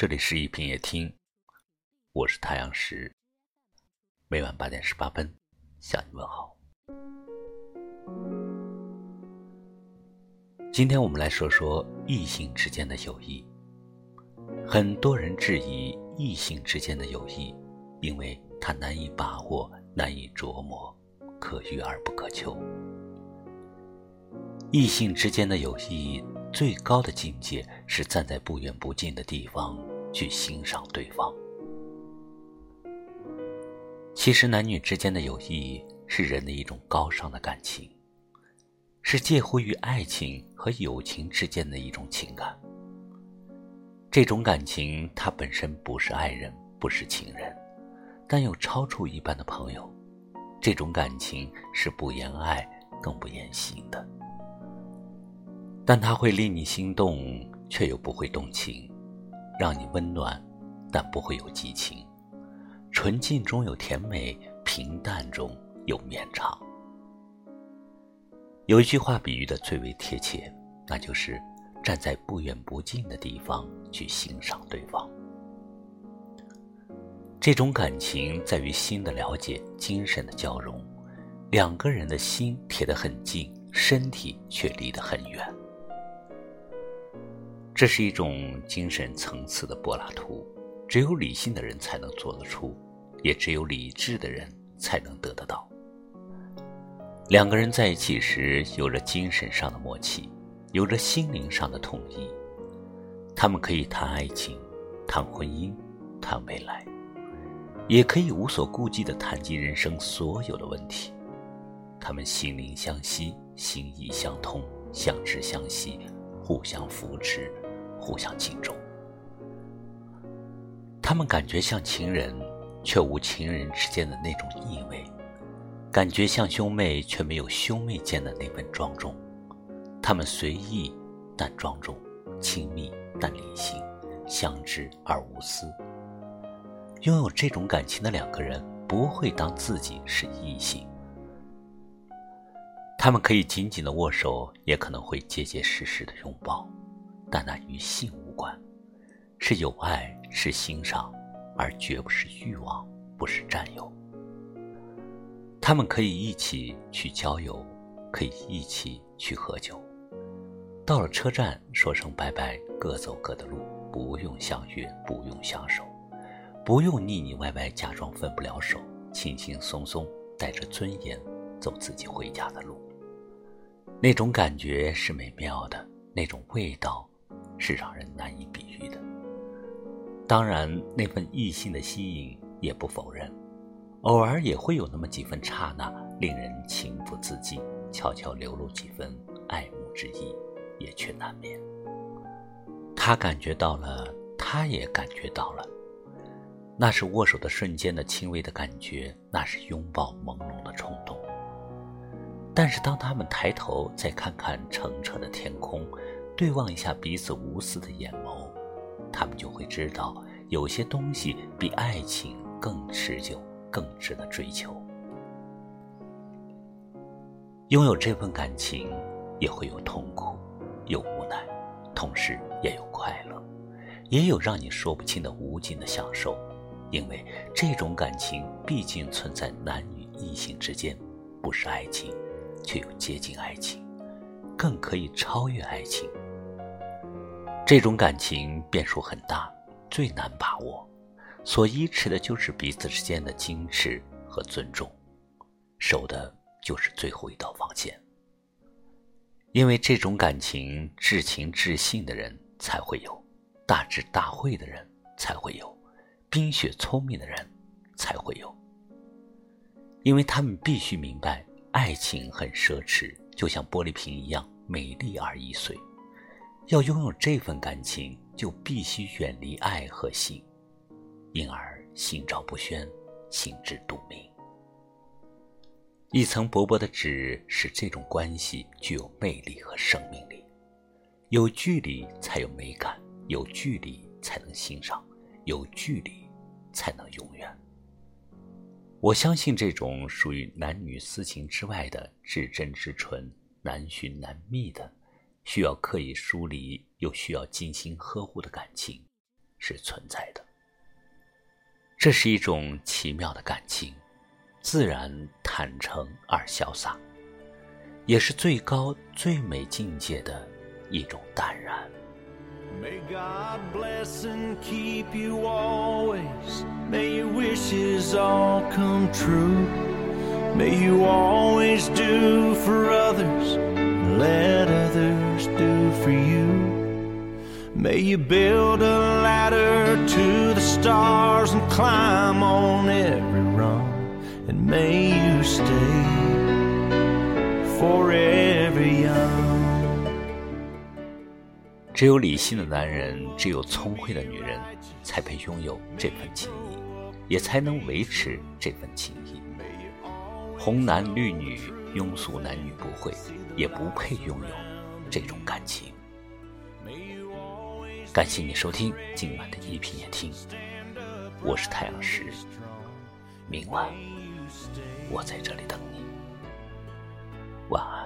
这里是一品夜听，我是太阳石，每晚8点18分向你问好。今天我们来说说异性之间的友谊。很多人质疑异性之间的友谊，因为它难以把握，难以琢磨，可遇而不可求。异性之间的友谊最高的境界是站在不远不近的地方去欣赏对方。其实男女之间的友谊是人的一种高尚的感情，是介乎于爱情和友情之间的一种情感。这种感情它本身不是爱人，不是情人，但又超出一般的朋友。这种感情是不言爱更不言行的，但它会令你心动，却又不会动情，让你温暖，但不会有激情。纯净中有甜美，平淡中有绵长。有一句话比喻的最为贴切，那就是站在不远不近的地方去欣赏对方。这种感情在于心的了解，精神的交融，两个人的心贴得很近，身体却离得很远。这是一种精神层次的柏拉图，只有理性的人才能做得出，也只有理智的人才能得得到。两个人在一起时，有着精神上的默契，有着心灵上的统一。他们可以谈爱情，谈婚姻，谈未来，也可以无所顾忌地谈及人生所有的问题。他们心灵相惜，心意相通，相知相惜，互相扶持，互相敬重。他们感觉像情人，却无情人之间的那种意味，感觉像兄妹，却没有兄妹间的那份庄重。他们随意但庄重，亲密但理性，相知而无私。拥有这种感情的两个人不会当自己是异性。他们可以紧紧的握手，也可能会结结实实的拥抱，但那与性无关，是有爱，是欣赏，而绝不是欲望，不是占有。他们可以一起去郊游，可以一起去喝酒，到了车站说声拜拜，各走各的路，不用相约，不用相守，不用腻腻歪歪假装分不了手，轻轻松松带着尊严走自己回家的路。那种感觉是美妙的，那种味道是让人难以比喻的。当然那份异性的吸引也不否认，偶尔也会有那么几分刹那令人情不自禁，悄悄流露几分爱慕之意，也却难免。他感觉到了，他也感觉到了，那是握手的瞬间的轻微的感觉，那是拥抱朦胧的冲动。但是当他们抬头再看看澄澈的天空，对望一下彼此无私的眼眸，他们就会知道，有些东西比爱情更持久，更值得追求。拥有这份感情，也会有痛苦，有无奈，同时也有快乐，也有让你说不清的无尽的享受。因为这种感情毕竟存在男女异性之间，不是爱情，却又接近爱情，更可以超越爱情。这种感情变数很大，最难把握，所依持的就是彼此之间的矜持和尊重，守的就是最后一道防线。因为这种感情，至情至性的人才会有，大智大慧的人才会有，冰雪聪明的人才会有。因为他们必须明白，爱情很奢侈，就像玻璃瓶一样美丽而易碎。要拥有这份感情，就必须远离爱和性，因而心照不宣，心知肚明。一层薄薄的纸使这种关系具有魅力和生命力。有距离才有美感，有距离才能欣赏，有距离才能永远。我相信这种属于男女私情之外的至真至纯，难寻难觅的，需要刻意疏离又需要精心呵护的感情， 是存在的。这是一种奇妙的感情，自然、坦诚而潇洒，也是最高最美境界的一种淡然。 May God bless and keep you always. May your wishes all come true. May you always do for others, and let others do for you. May you build a ladder to the stars and climb on every rung. And may you stay forever young. 只有理性的男人，只有聪慧的女人，才配拥有这份情谊，也才能维持这份情谊。红男绿女、庸俗男女不会，也不配拥有这种感情。感谢你收听今晚的一品夜听，我是太阳石，明晚我在这里等你，晚安。